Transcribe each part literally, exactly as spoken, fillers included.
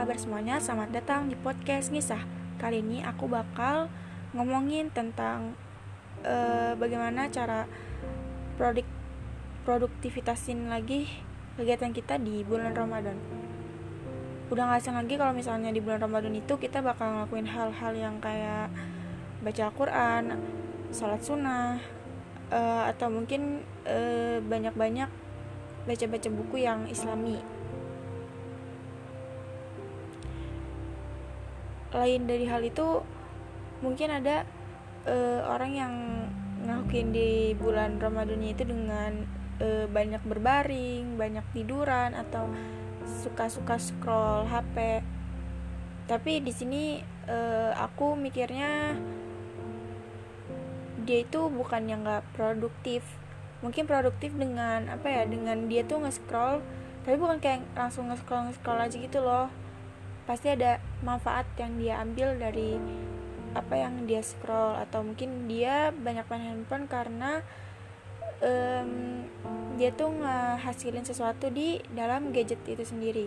kabar semuanya? Selamat datang di podcast Ngisah. Kali ini aku bakal ngomongin tentang uh, bagaimana cara produk produktivitasin lagi kegiatan kita di bulan Ramadan. Udah gak asing lagi kalau misalnya di bulan Ramadan itu kita bakal ngelakuin hal-hal yang kayak baca Al-Quran, sholat sunnah, uh, atau mungkin uh, banyak-banyak baca-baca buku yang islami. Lain dari hal itu, mungkin ada uh, orang yang ngelakuin di bulan Ramadannya itu dengan uh, banyak berbaring, banyak tiduran, atau suka-suka scroll H P. Tapi di sini uh, aku mikirnya dia itu bukan yang nggak produktif. Mungkin produktif dengan apa ya? Dengan dia tuh nge-scroll, tapi bukan kayak langsung nge-scroll nge-scroll aja gitu loh. Pasti ada manfaat yang dia ambil dari apa yang dia scroll, atau mungkin dia banyak main handphone karena um, dia tuh ngehasilin sesuatu di dalam gadget itu sendiri.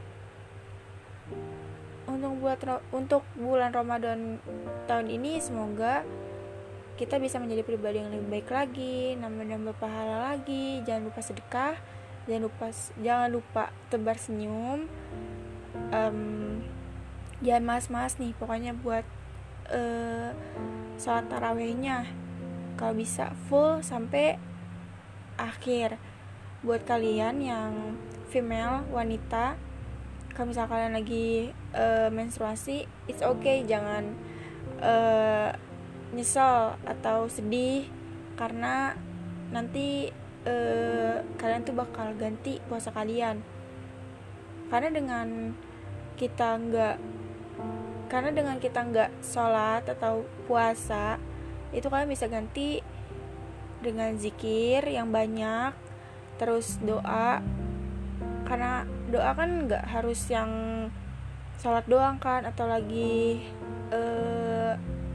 Untuk buat untuk bulan Ramadan tahun ini, semoga kita bisa menjadi pribadi yang lebih baik lagi, nambah-nambah pahala lagi. Jangan lupa sedekah, jangan lupa jangan lupa tebar senyum. Um, jangan malas-malas nih pokoknya buat uh, sholat tarawihnya, kalau bisa full sampai akhir. Buat kalian yang female, wanita, kalau misalnya kalian lagi uh, menstruasi, it's okay, jangan uh, nyesel atau sedih karena nanti uh, kalian tuh bakal ganti puasa kalian. Karena dengan kita nggak karena dengan kita nggak sholat atau puasa, itu kalian bisa ganti dengan zikir yang banyak, terus doa. Karena doa kan nggak harus yang sholat doang kan, atau lagi eh,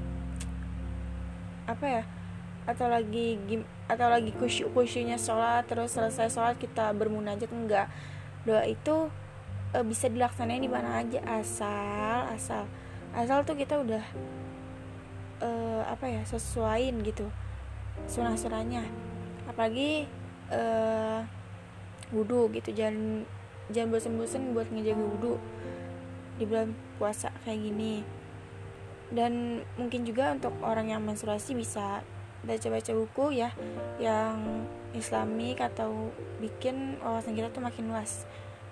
apa ya atau lagi atau lagi khusyuk khusyuknya sholat, terus selesai sholat kita bermunajat. Enggak, doa itu e, bisa dilaksanain di mana aja, asal asal asal tuh kita udah e, apa ya sesuaiin gitu sunah-sunahnya. Apalagi e, wudu gitu, jangan jangan bosan-bosan buat ngejaga wudu di bulan puasa kayak gini. Dan mungkin juga untuk orang yang menstruasi bisa baca-baca buku ya yang islamik, atau bikin wawasan kita tuh makin luas.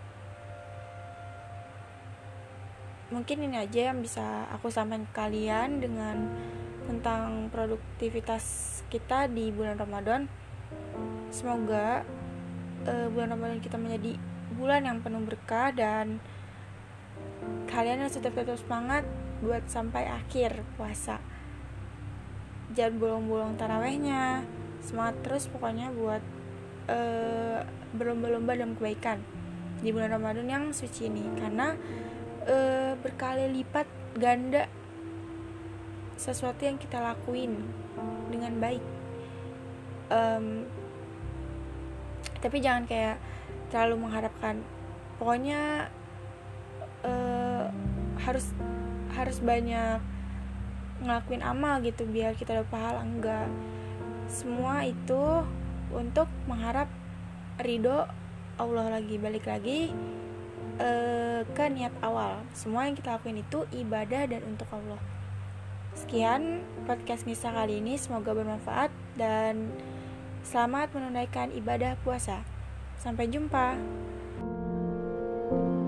Mungkin ini aja yang bisa aku sampaikan ke kalian dengan tentang produktivitas kita di bulan Ramadan. Semoga uh, bulan Ramadan kita menjadi bulan yang penuh berkah, dan kalian harus tetap tetap semangat buat sampai akhir puasa. Jangan bolong-bolong tarawehnya, semangat terus pokoknya buat uh, berlomba-lomba dalam kebaikan di bulan Ramadan yang suci ini. Karena uh, berkali lipat ganda sesuatu yang kita lakuin dengan baik. um, Tapi jangan kayak terlalu mengharapkan, pokoknya uh, harus harus banyak ngelakuin amal gitu biar kita dapat pahala. Enggak, semua itu untuk mengharap ridho Allah. Lagi balik lagi uh, ke niat awal, semua yang kita lakuin itu ibadah dan untuk Allah. Sekian podcast Ngisah kali ini, semoga bermanfaat dan selamat menunaikan ibadah puasa. Sampai jumpa.